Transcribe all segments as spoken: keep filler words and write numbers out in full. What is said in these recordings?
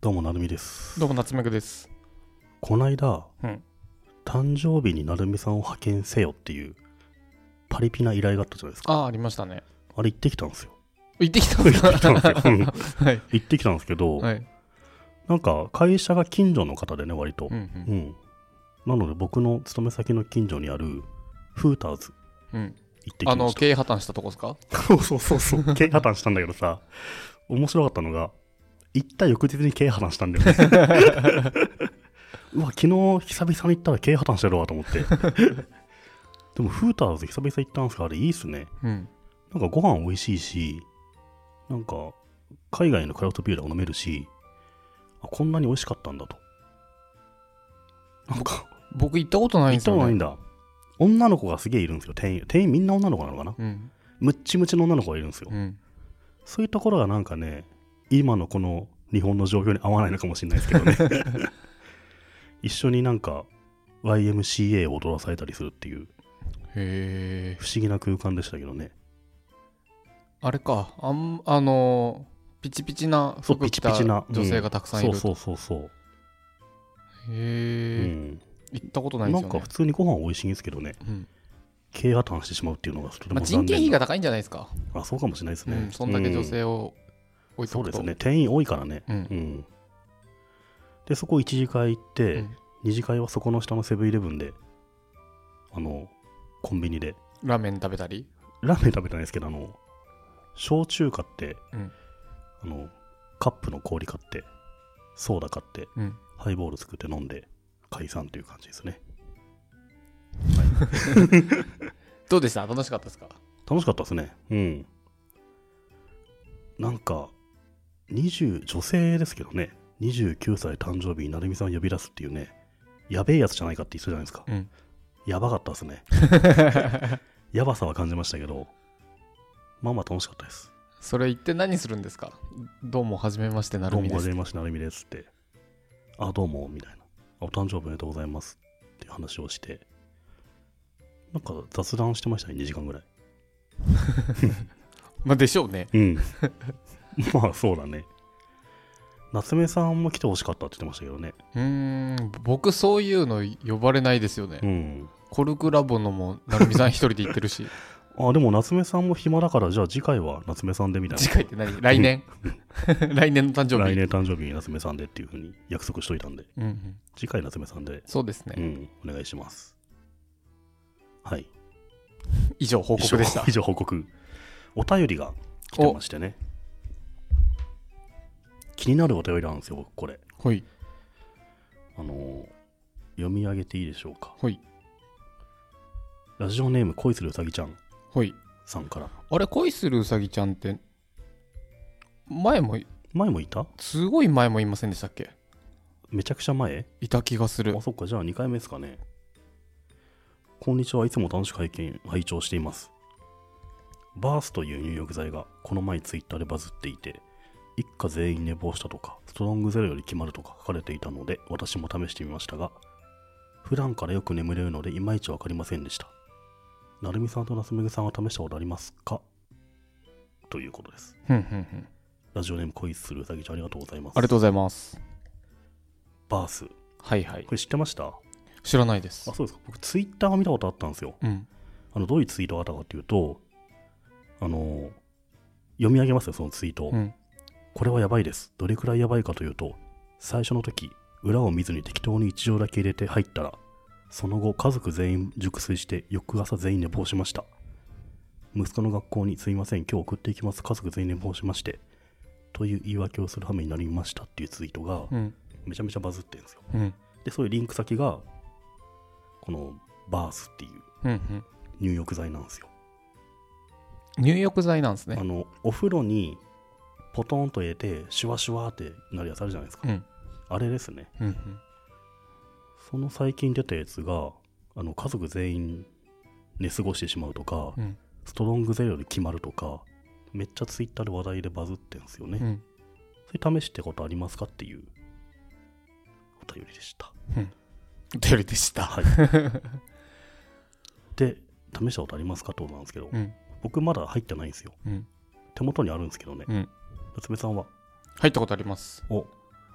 どうもなるみです。 どうも夏目くです。 こないだ、 うん、 誕生日になるみさんを派遣せよっていうパリピな依頼があったじゃないですか。 ああ、ありましたね。 あれ行ってきたんですよ。 行ってきたんですか？ 行ってきたんですよ、 はい、 行ってきたんですけど、 はい、 なんか会社が近所の方でね、割と、 うんうんうんなので僕の勤め先の近所にあるフーターズうん、 行ってきました。 あの経営破綻したとこですか？ そうそうそうそう経営破綻したんだけどさ、面白かったのが行った翌日に経営破綻したんだよね。うわ、昨日久々に行ったら経営破綻してるわと思って。でもフーターズ久々行ったんですか？あれいいっすね。 うん、 なんかご飯美味しいし、なんか海外のクラフトビールが飲めるし、あ、こんなに美味しかったんだと。なんか僕行ったことないん行ったですよね。 ことないんだ。女の子がすげえいるんですよ、店員。店員みんな女の子なのかな、 うん、 ムッチムチの女の子がいるんですよ。 うん、 そういうところがなんかね、今のこの日本の状況に合わないのかもしれないですけどね。一緒になんか ワイエムシーエー を踊らされたりするっていうへえ。 不思議な空間でしたけどね。 あれか、あんあのピチピチなそう、 服着たピチピチな女性がたくさんいる。 うん、そうそうそうそう。 へえ、 うん、 行ったことないんですよね。 なんか普通にご飯美味しいんですけどね、 うん、 経営破綻してしまうっていうのがとてもまあ、 残念な、 人件費が高いんじゃないですか。 あ、そうかもしれないですね、 うん、そんだけ女性を置いとくと、 そうですね、店員多いからね、 うんうん、でそこいち次会行って、うん、に次会はそこの下のセブンイレブンであのコンビニでラーメン食べたり、 ラーメン食べたんですけど、あの焼酎買って、うん、あのカップの氷買ってソーダ買って、うん、ハイボール作って飲んで解散という感じですね。はい、 どうでした？楽しかったですか？ 楽しかったですね。うん。なんかにじゅう女性ですけどね、にじゅうきゅうさい誕生日になるみさんを呼び出すっていうね、やべえやつじゃないかって言ってたじゃないですか。うん、やばかったですね。やばさは感じましたけど、まあまあ楽しかったです。 それ言って何するんですか？どうもはじめましてなるみです。 どうもはじめましてなるみですって。あ、どうもみたいな。お誕生日おめでとうございますっていう話をして、なんか雑談してましたね、にじかんぐらい。 まあでしょうね。 うん。まあそうだね。夏目さんも来てほしかったって言ってましたけどね。 うーん、僕そういうの呼ばれないですよね。うん、コルクラボのもなるみさん一人で行ってるし。 あ、でも夏目さんも暇だから、じゃあ次回は夏目さんでみたいな。 次回って何？来年来年の誕生日。 来年誕生日に夏目さんでっていうふうに約束しといたんで、うんうん、次回夏目さんで。 そうですね、 うん、お願いします。はい。 以上報告でした。 以上報告。お便りが来てましてね。気になるお便りなんですよ、僕これ。 はい。 あのー、読み上げていいでしょうか。 はい。 ラジオネーム恋するうさぎちゃん。 はい。 さんから。 あれ、恋するうさぎちゃんって前も前もいた？すごい前もいませんでしたっけ？ めちゃくちゃ前？ いた気がする。 あ、そっか、じゃあにかいめですかね。こんにちは、いつも楽しく拝見拝聴しています。バースという入浴剤がこの前ツイッターでバズっていて、一家全員寝坊したとかストロングゼロより決まるとか書かれていたので、私も試してみましたが、普段からよく眠れるのでいまいちわかりませんでした。なるみさんとなすめぐさんは試したことありますか？ということです。 ふんふんふん。 ラジオネーム恋するうさぎちゃん、ありがとうございます。 ありがとうございます。 バース、 はいはい。 これ知ってました？ 知らないです。 あ、そうですか。僕ツイッターが見たことあったんですよ。うん、あのどういうツイートがあったかっていうと、あの読み上げますよ、そのツイート、うん、これはやばいです。どれくらいやばいかというと、最初の時裏を見ずに適当に一錠だけ入れて入ったら、その後家族全員熟睡して翌朝全員寝坊しました。息子の学校にすいません今日送っていきます、家族全員寝坊しましてという言い訳をする羽目になりましたっていうツイートがめちゃめちゃバズってるんですよ、うん、でそういうリンク先がこのバースっていう入浴剤なんですよ、 うんうん、入浴剤なんですね。 あのお風呂にポトンと入れてシュワシュワってなるやつあるじゃないですか、うん、あれですね、うんうん、その最近出たやつがあの家族全員寝過ごしてしまうとか、うん、ストロングゼロで決まるとか、めっちゃツイッターで話題でバズってんですよね、うん、それ試してことありますかっていうお便りでした、 うん、お便りでした、はい、 で試したことありますかってことなんですけど、うん、僕まだ入ってないんですよ、うん、手元にあるんですけどね、うん、夏目さんは入ったことあります。 お、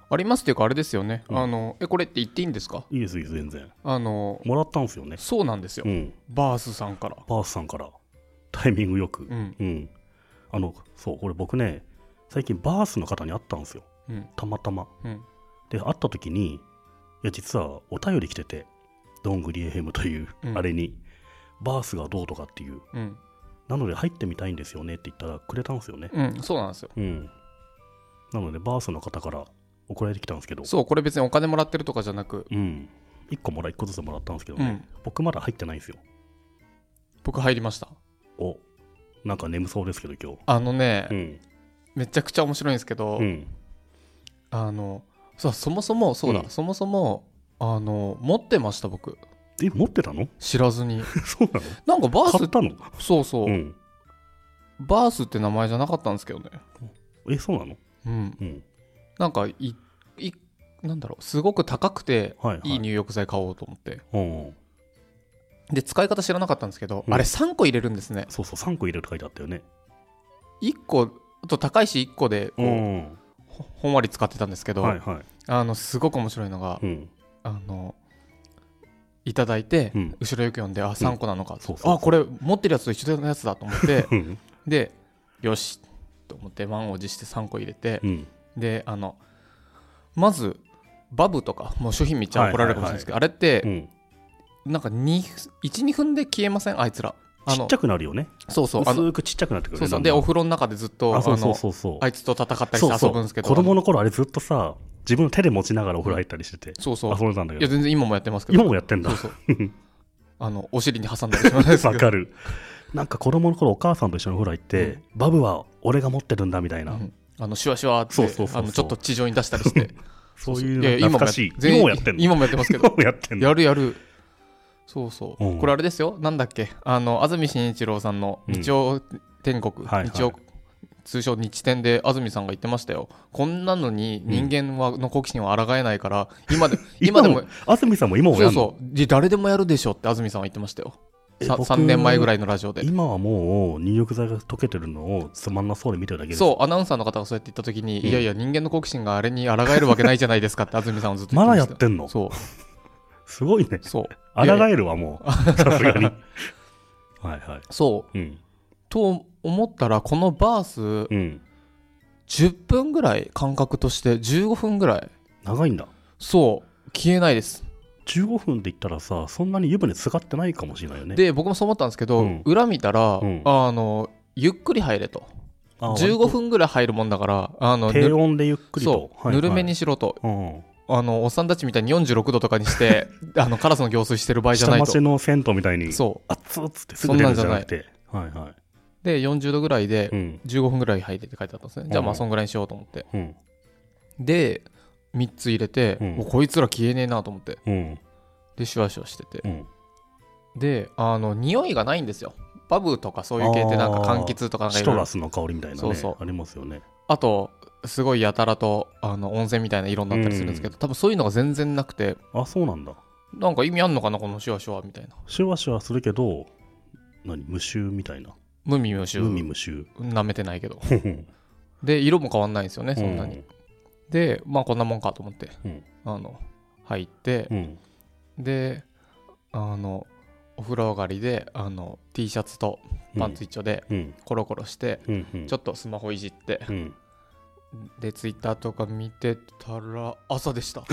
ありますっていうかあれですよね、 うん、 あのえこれって言っていいんですか？ いいですいいです全然。 あのもらったんですよね。 そうなんですよ、うん、バースさんからバースさんからタイミングよく、 うんうん、あのそうこれ僕ね最近バースの方に会ったんですよ、 うん、 たまたま、 うん、 で会った時にいや実はお便り来ててどんぐり エフエム という、うん、あれにバースがどうとかっていう、 うん、 なので入ってみたいんですよねって言ったらくれたんですよね。 うん、そうなんですよ、 うん、なのでバースの方から送られてきたんですけど、 そうこれ別にお金もらってるとかじゃなく、 うん、いっこもらいっこずつもらったんですけどね、うん、僕まだ入ってないんですよ。 僕入りました。 おなんか眠そうですけど今日あのね、 うん、 めちゃくちゃ面白いんですけど、 うん、 あのそうそもそもそうだ、うん、そもそもあの持ってました僕。 え持ってたの？ 知らずにそうなの？ なんかバース買ったの？ そうそう、うん、バースって名前じゃなかったんですけどね。 えそうなの？ うん、うん、なんかいいなんだろうすごく高くていい入浴剤買おうと思って、はいはい、で使い方知らなかったんですけど、うん、あれさんこ入れるんですね。 そうそうさんこ入れると書いてあったよね。 いっこと高いしいっこでこう、うん、ほんわり使ってたんですけど、はいはい、あのすごく面白いのが、うん、あのいただいて、うん、後ろよく読んであさんこなのか、うん、そうそうそうあこれ持ってるやつと一緒のやつだと思ってでよしと思って満を持してさんこ入れて、うん、であのまずバブとかもう商品めっちゃ怒られるかもしれないですけど、はいはいはい、あれって、うん、なんかいちにふんで消えません？あいつらあのちっちゃくなるよね。 そうそう薄くちっちゃくなってくる、ね、 そうそうでお風呂の中でずっと あ, そうそうそうそうあいつと戦ったりして遊ぶんですけど、 そうそう子供の頃あれずっとさ自分の手で持ちながらお風呂入ったりしてて、 そうそう遊んでたんだけど。 いや全然今もやってますけど。 今もやってんだ。 そうそうあのお尻に挟んだりしますけど。 わかる。なんか子供の頃お母さんと一緒にお風呂入って、うん、バブは俺が持ってるんだみたいな、うん、 あのシュワシュワってそうそうそうそうあのちょっと地上に出したりしてそういう懐かしい。今もやってんの？ 今もやってますけど。 今もやってんの？ やるやる。そうそう、うん、これあれですよ。なんだっけあの安住紳一郎さんの日曜天国、うんはいはい、日曜通称日天で安住さんが言ってましたよ。こんなのに人間は、うん、の好奇心は抗えないから今で今でも安住さんも今もやるの？ そうそう誰でもやるでしょって安住さんは言ってましたよ。さんねんまえぐらいのラジオで。 今はもう入浴剤が溶けてるのをつまんなそうに見てるだけです。 そうアナウンサーの方がそうやって言った時に、うん、いやいや人間の好奇心があれに抗えるわけないじゃないですかって安住さんはずっと言ってました。 まだやってんの？ そうすごいね。 そう抗えるわもうさすがにはいはいそう、うん、と思ったらこのバース、うん、じゅっぷんぐらい間隔としてじゅうごふんぐらい長いんだ。 そう消えないです。 じゅうごふんって言ったらさそんなに湯船使ってないかもしれないよね。 で僕もそう思ったんですけど、うん、裏見たら、うん、あのゆっくり入れとじゅうごふんぐらい入るもんだからあの低温でゆっくりとそう、はいはい、ぬるめにしろと、うんあのおっさんたちみたいによんじゅうろくどとかにしてあのカラスの行水してる場合じゃないと下町の銭湯みたいにそう熱々ってすぐ出るんじゃなくてはいはいでよんじゅうどぐらいでじゅうごふんぐらい入れって書いてあったんですね、うん、じゃあまあそんぐらいにしようと思って、うん、でみっつ入れて、うん、もうこいつら消えねえなと思って、うん、でシュワシュワしてて、うん、であの匂いがないんですよ。バブとかそういう系ってなんか柑橘とかなんかシトラスの香りみたいなねそうそうありますよね。 あとすごいやたらとあの温泉みたいな色になったりするんですけど、うん、多分そういうのが全然なくて。 あそうなんだ。 なんか意味あんのかなこのシュワシュワみたいな。 シュワシュワするけど何無臭みたいな。 無味無臭無味無臭舐めてないけどで色も変わんないんですよねそんなに、うん、でまあこんなもんかと思って、うん、あの入って、うん、であのお風呂上がりであの T シャツとパンツ一丁でコロコロして、うんうん、ちょっとスマホいじって、うんでツイッターとか見てたら朝でした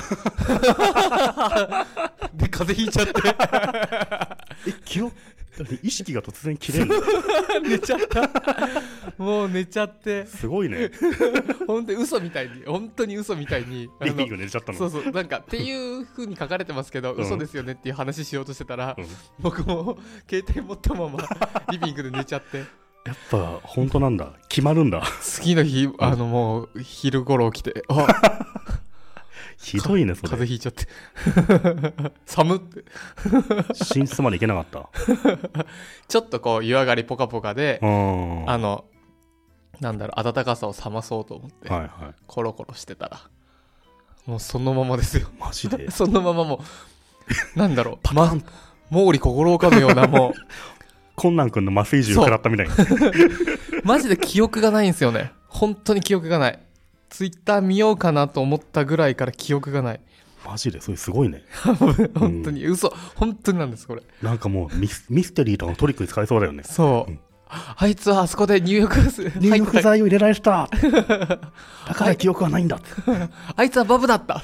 で風邪ひいちゃってえ気を意識が突然切れる寝ちゃったもう寝ちゃってすごいね本当に嘘みたいに本当に嘘みたいにリビング寝ちゃったの。 そうそうなんかっていう風に書かれてますけど、うん、嘘ですよねっていう話しようとしてたら、うん、僕も携帯持ったままリビングで寝ちゃってやっぱ本当なんだ決まるんだ次の日あのもう昼頃起きてあひどいねそれ。 風邪ひいちゃって寒って寝室まで行けなかったちょっとこう湯上がりポカポカであのなんだろう暖かさを冷まそうと思って、はいはい、コロコロしてたらもうそのままですよマジでそのままもうなんだろうパタン毛利小五郎かのようなもうコンナン君の麻酔銃を食らったみたいにマジで記憶がないんですよね。本当に記憶がない。 ツイッター見ようかなと思ったぐらいから記憶がない。 マジでそれすごいね本当に、うん、嘘本当になんですこれ。 なんかもうミ ス, ミステリーとかのトリックに使えそうだよね。 そう、うん、あいつはあそこで入浴入浴剤を入れられただから記憶はないんだあいつはバブだった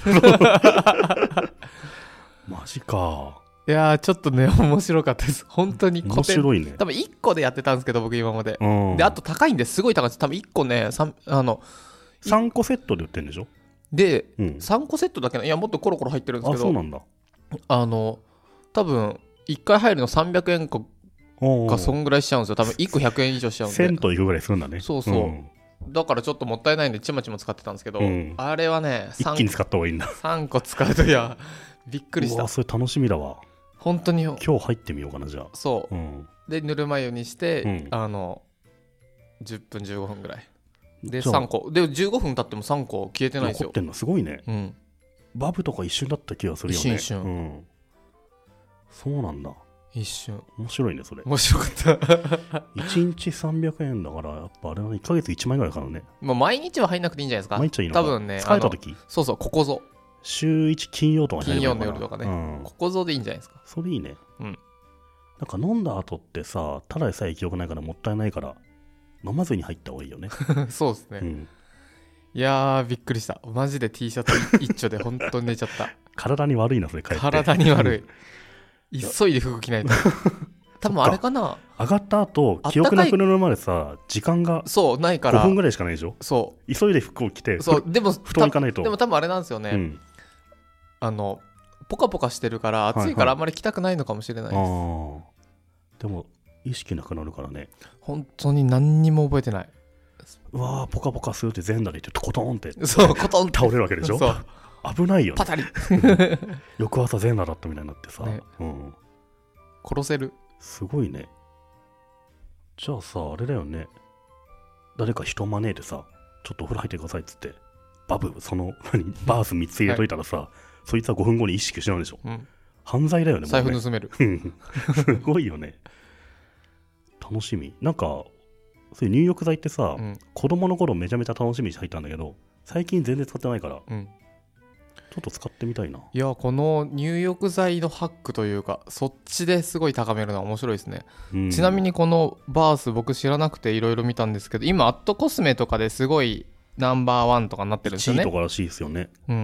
マジか。 いやーちょっとね面白かったです。本当に面白いね。 多分いっこでやってたんですけど僕今まで、うん、であと高いんですすごい高いです。多分いっこねあのさんこセットで売ってるんでしょ。 で、うん、さんこセットだけな、いやもっとコロコロ入ってるんですけど、 あ、そうなんだ。 あの多分いっかい入るのさんびゃくえんかかそんぐらいしちゃうんですよ。多分いっこひゃくえん以上しちゃうんで。 せんといくぐらいするんだね。 そうそう、うん、だからちょっともったいないんでちまちま使ってたんですけど、うん、あれはね一気に使った方がいいんだ。 さんこ使うといやびっくりした。 うわそれ楽しみだわ。 本当に今日入ってみようかなじゃあ。 そう、うん、でぬるま湯にして、うん、あのじゅっぷんじゅうごふんぐらいでさんこでじゅうごふん経ってもさんこ消えてないですよ。 残ってんのすごいね、 うん、 バブとか一瞬だった気がするよね。 一瞬一瞬、 うん、そうなんだ。 一瞬面白いねそれ。 面白かったいちにちさんびゃくえんだからやっぱあれはいっかげついちまん円ぐらいからね。 もう毎日は入んなくていいんじゃないですか。 毎日はいいのか。 多分ね疲れた時そうそうここぞ週いち金曜とかに入ればいいのかな。 金曜の夜とかね、うん、ここぞでいいんじゃないですか。 それいいね。 うん。 なんか飲んだ後ってさただでさえ記憶ないからもったいないから飲まずに入った方がいいよねそうですね、うん、いやーびっくりした。マジで T シャツ一丁で本当に寝ちゃった体に悪いなそれ帰って。 体に悪い急いで服着ないと多分あれかな上がった後記憶なくなるまでさ時間がそうないからごふんぐらいしかないでしょ。そう急いで服を着てそうでも布団行かないと。 でも多分あれなんですよね、うん、あのポカポカしてるから暑いからあんまり着たくないのかもしれないです、はいはい、 でも意識なくなるからね。 本当に何にも覚えてない。 うわーポカポカするって全裸で言ってコトンってそうコトン倒れるわけでしょ。そう危ないよね。 パタリ翌朝全裸だったみたいになってさ、ねうん、 殺せる。 すごいね。じゃあさあれだよね誰か人招いてさちょっとお風呂入ってくださいっつってバブその何バースみっつ入れといたらさ、はい、そいつはごふんごに意識失うでしょ、うん、犯罪だよね。 財布盗めるすごいよね。楽しみ。なんかそういう入浴剤ってさ、うん、子供の頃めちゃめちゃ楽しみにして入ったんだけど最近全然使ってないから、うん、ちょっと使ってみたいな。 いやこの入浴剤のハックというかそっちですごい高めるのは面白いですね、うん、ちなみにこのバース僕知らなくていろいろ見たんですけど今アットコスメとかですごいナンバーワンとかになってるんですよね。 いちいとからしいですよね、うんうん、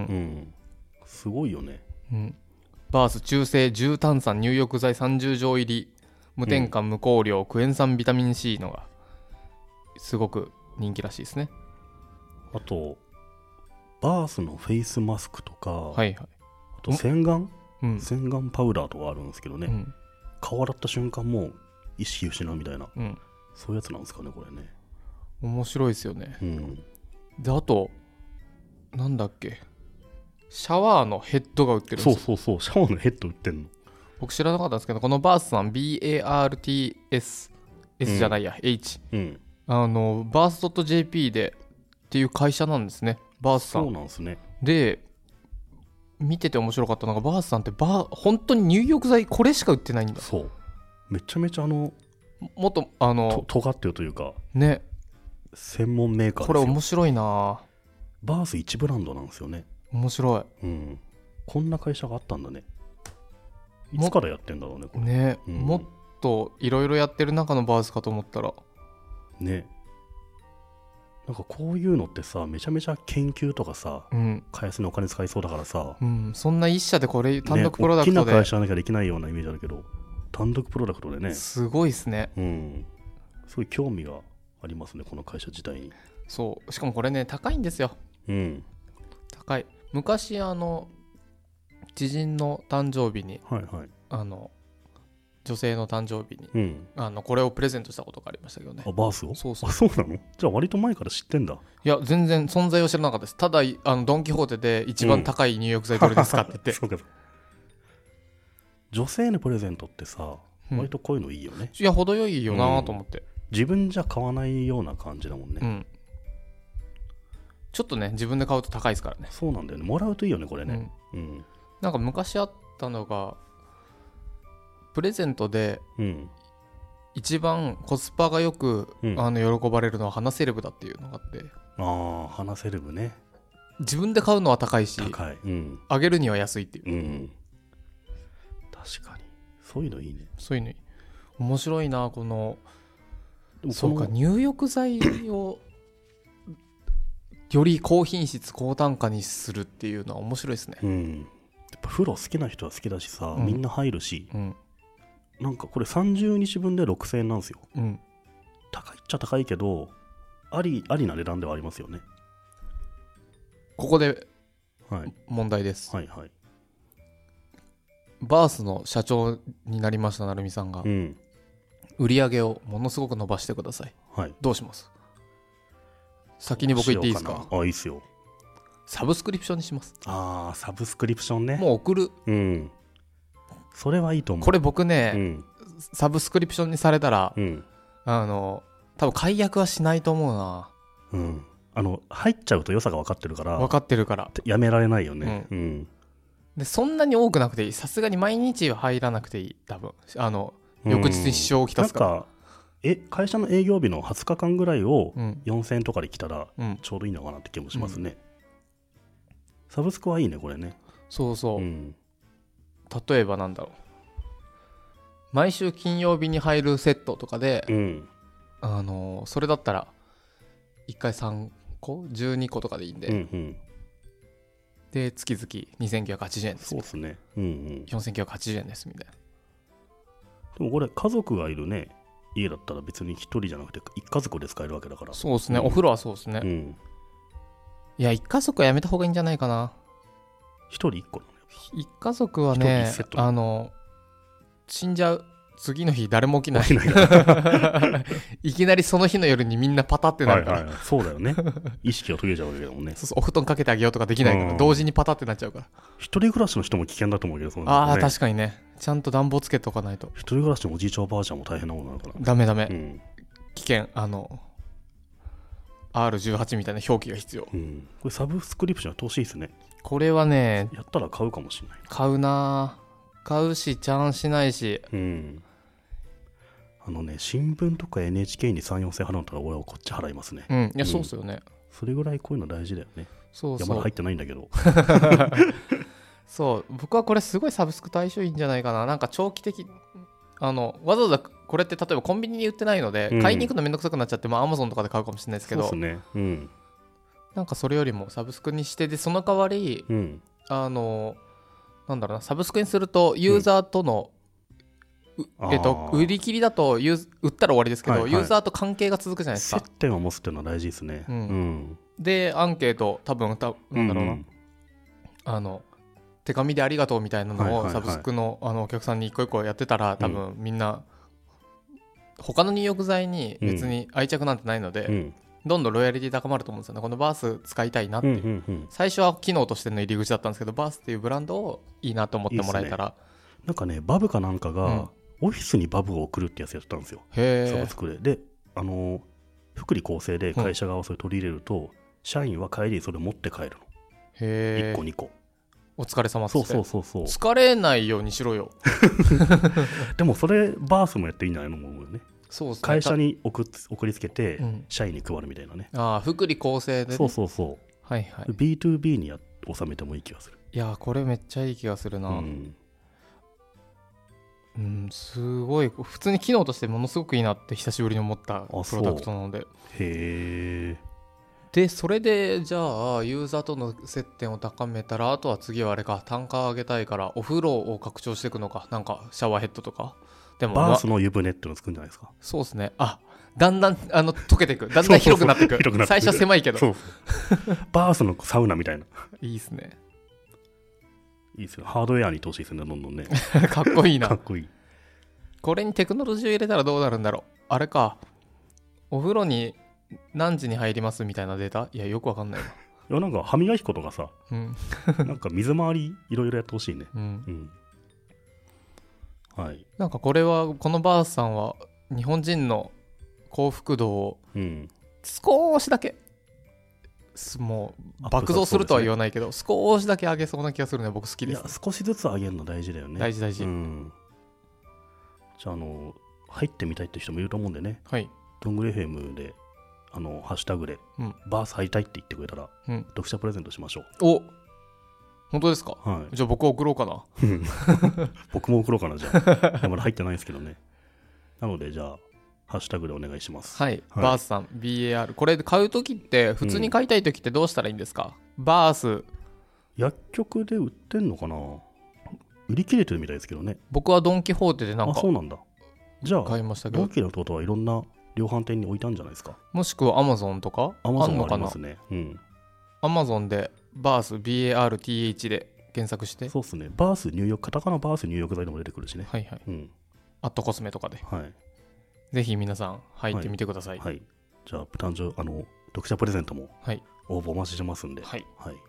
すごいよね、 うん、バース中性重炭酸入浴剤さんじゅう錠入り無添加無香料、うん、クエン酸ビタミン C のがすごく人気らしいですね。 あとバースのフェイスマスクとか、 はいはい、 あと洗顔、うん、洗顔パウダーとかあるんですけどね、うん、顔洗った瞬間もう意識失うみたいな、うん、そういうやつなんですかねこれね。 面白いですよね、うん、であとなんだっけシャワーのヘッドが売ってるんですよ。 そうそうそうシャワーのヘッド売ってんの僕知らなかったんですけどこのバースさん バース S じゃないや、うん、H、うん、あのバース .jp でっていう会社なんですねバースさん。 そうなんですね。で見てて面白かったのがバースさんってバー本当に入浴剤これしか売ってないんだ。 そうめちゃめちゃあのもっとあのと尖ってるというかね専門メーカーですよ。 これ面白いな。 バースいちブランドなんですよね。 面白い、 うん、こんな会社があったんだね。いつからやってんだろうねこれね、うん、もっといろいろやってる中のバースかと思ったらね。なんかこういうのってさめちゃめちゃ研究とかさ、うん、開発にお金使いそうだからさ、 うん、そんな一社でこれ単独プロダクトで、 ね、大きな会社じゃなきゃできないようなイメージあるけど単独プロダクトでねすごいですね、 うん、すごい興味がありますねこの会社自体に。 そうしかもこれね高いんですよ、うん、高い。昔あの知人の誕生日に、はいはい、あの女性の誕生日に、うん、あのこれをプレゼントしたことがありましたけどね。 あバースを。 そうそう。 あそうなの。じゃあ割と前から知ってんだ。 いや全然存在は知らなかったです。ただあのドン・キホーテで一番高い入浴剤どれですかって言って、うん、そうか。 女性のプレゼントってさ、うん、割とこういうのいいよね。 いや程よいよなと思って、うん、 自分じゃ買わないような感じだもんね、うん、 ちょっとね自分で買うと高いですからね。 そうなんだよね。もらうといいよねこれね、うんうん、 なんか昔あったのがプレゼントで一番コスパがよく、うん、あの喜ばれるのは花セレブだっていうのがあって、 ああ、花セレブね。 自分で買うのは高いし、 高い、うん、 あげるには安いっていう、 うん、確かにそういうのいいね。 そういうのいい。面白いなこの。そうか、入浴剤をより高品質高単価にするっていうのは面白いですね。 うん、やっぱ風呂好きな人は好きだしさ、うん、みんな入るし、うん、なんかこれさんじゅうにちぶんでろくせんえんなんですよ、うん、高いっちゃ高いけどありありな値段ではありますよね。 ここで問題です、 はいはいはい、 バースの社長になりました成美さんが、うん、売り上げをものすごく伸ばしてください、はい、どうします？先に僕言っていいですか？ あ、いいっすよ。 サブスクリプションにします。 あー、サブスクリプションね。 もう送る、 うん、それはいいと思う。 これ僕ね、うん、サブスクリプションにされたら、うん、あの多分解約はしないと思うな、 うん、あの入っちゃうと良さが分かってるから分かってるからやめられないよね、うんうん、 でそんなに多くなくていい。さすがに毎日は入らなくていい。多分あの翌日に支障をきたすから、うん、なんかえ会社の営業日のはつかかんぐらいをよんせんえんとかで来たらちょうどいいのかなって気もしますね、うん、サブスクはいいねこれね。 そうそう、うん、例えばなんだろう、毎週金曜日に入るセットとかで、うん、あのそれだったらいっかいさんこじゅうにことかでいいんで、うんうん、で月々にせんきゅうひゃくはちじゅうえんです。 そうですね、うんうん、 よんせんきゅうひゃくはちじゅうえんですみたいな。 でもこれ家族がいるね家だったら別にひとりじゃなくて一家族で使えるわけだから。 そうですね、うん、お風呂はそうですね、うん、いや一家族はやめた方がいいんじゃないかな。 ひとりいっこなのよ。 一家族はね、あの死んじゃう。次の日誰も起きない。いきなりその日の夜にみんなパタってなるから、はいはいはい、 そうだよね。意識が途切れちゃうわけだもんね。 そうそう、お布団かけてあげようとかできないから、うん、同時にパタってなっちゃうから。 一人暮らしの人も危険だと思うけど、その、ね、 ああ確かにね、ちゃんと暖房つけとかないと。 一人暮らしのおじいちゃんおばあちゃんも大変なものなのかな。 ダメダメ、うん、危険。あの アールじゅうはち みたいな表記が必要、うん、 これサブスクリプションやってほしいですね。 これはねやったら買うかもしれない。 買うな、買うしチャンしないし、うん、 あのね、新聞とか エヌエイチケー にさん、よんせん払うんだったら俺はこっち払いますね。 うん、いや、そうっすよね、うん。 それぐらいこういうの大事だよね。 そうそう。 いや、まだ入ってないんだけど。 そう、僕はこれすごいサブスク対象いいんじゃないかな。なんか長期的、あの、わざわざこれって例えばコンビニに売ってないので、うん、買いに行くのめんどくさくなっちゃって、まあ Amazon とかで買うかもしれないですけど、 そうですね。うん。 なんかそれよりもサブスクにして、で、その代わり、うん、あの、なんだろうな、サブスクにするとユーザーとの、うん、えっと、売り切りだとユー売ったら終わりですけど、はいはい、ユーザーと関係が続くじゃないですか。 接点を持つっていうのは大事ですね、うんうん、 でアンケート多分たなんだろうな、うんうん、あの手紙でありがとうみたいなのをサブスク の, あのお客さんに一個一個やってたら、多分みんな他の入浴剤に別に愛着なんてないので、うん、どんどんロイヤリティ高まると思うんですよね。このバース使いたいなっていう、うんうんうん、最初は機能としての入り口だったんですけど、バースっていうブランドをいいなと思ってもらえたら。いいですね。 なんかね、バブかなんかが、うん、オフィスにバブを送るってやつやったんですよ、サブスクで。で、あの福利厚生で会社側はそれ取り入れると、うん、社員は帰りにそれ持って帰るの。へー、いっこにこお疲れ様っつって。 そうそうそうそう、 疲れないようにしろよ。 でもそれバースもやっていいんじゃないの思うよね。 そうですね、 会社に 送, 送りつけて、うん、社員に配るみたいなね。 ああ、福利厚生で、ね、 そうそうそう、 はいはい、 ビーツービー にや収めてもいい気がする。 いやこれめっちゃいい気がするな。うん、うん、すごい普通に機能としてものすごくいいなって久しぶりに思ったプロダクトなので。 へー。 でそれでじゃあユーザーとの接点を高めたら、あとは次はあれか、単価を上げたいからお風呂を拡張していくのか、なんかシャワーヘッドとか。でもバースの湯船っていうのを作るんじゃないですか。 そうですね。あ、だんだんあの溶けていく、だんだん広くなっていく。そうそうそう、最初は狭いけど。そうバースのサウナみたいな。 いいですね。 いいですよ。ハードウェアに投資するんだ、どんどんね。 かっこいいな。 かっこいい。 これにテクノロジーを入れたらどうなるんだろう。あれか、お風呂に何時に入りますみたいなデータ。いやよくわかんないわ。 いやなんか歯磨き粉とかさ、うん、なんか水回りいろいろやってほしいね。うん、うん、はい。なんかこれはこのバースさんは日本人の幸福度を少しだけ、うん、もう爆増するとは言わないけど、ね、少しだけ上げそうな気がするね。僕好きです、ね。 いや少しずつ上げるの大事だよね。 大事大事。 うん、じゃあ、あの入ってみたいって人もいると思うんでね。はい。どんぐり エフエム であのハッシュタグで、うん、バース入りたいって言ってくれたら、うん、読者プレゼントしましょう。 お、本当ですか？ はい、 じゃあ僕送ろうかな。 僕も送ろうかな。じゃあまだ入ってないですけどね。なのでじゃあハッシュタグでお願いします。 はい、はい、バースさん ビーエーアール これ買うときって普通に買いたいときってどうしたらいいんですか？うん、バース薬局で売ってんのかな。売り切れてるみたいですけどね。 僕はドン・キホーテでなんか、 あ、そうなんだ。じゃあ買いましたけど、 ドンキのってことはいろんな量販店に置いたんじゃないですか。 もしくはアマゾンとかアマゾンありますね。うん。 アマゾンでバース ビーエーアールティーエイチ で検索して。 そうですね。バース入浴、カタカナバース入浴剤でも出てくるしね。 はいはい。 うん。 アットコスメとかで。 はい。 ぜひ皆さん入ってみてください。 はい。はい、じゃあ、誕生あの読者プレゼントも応募お待ちしてますんで。 はい。 はい。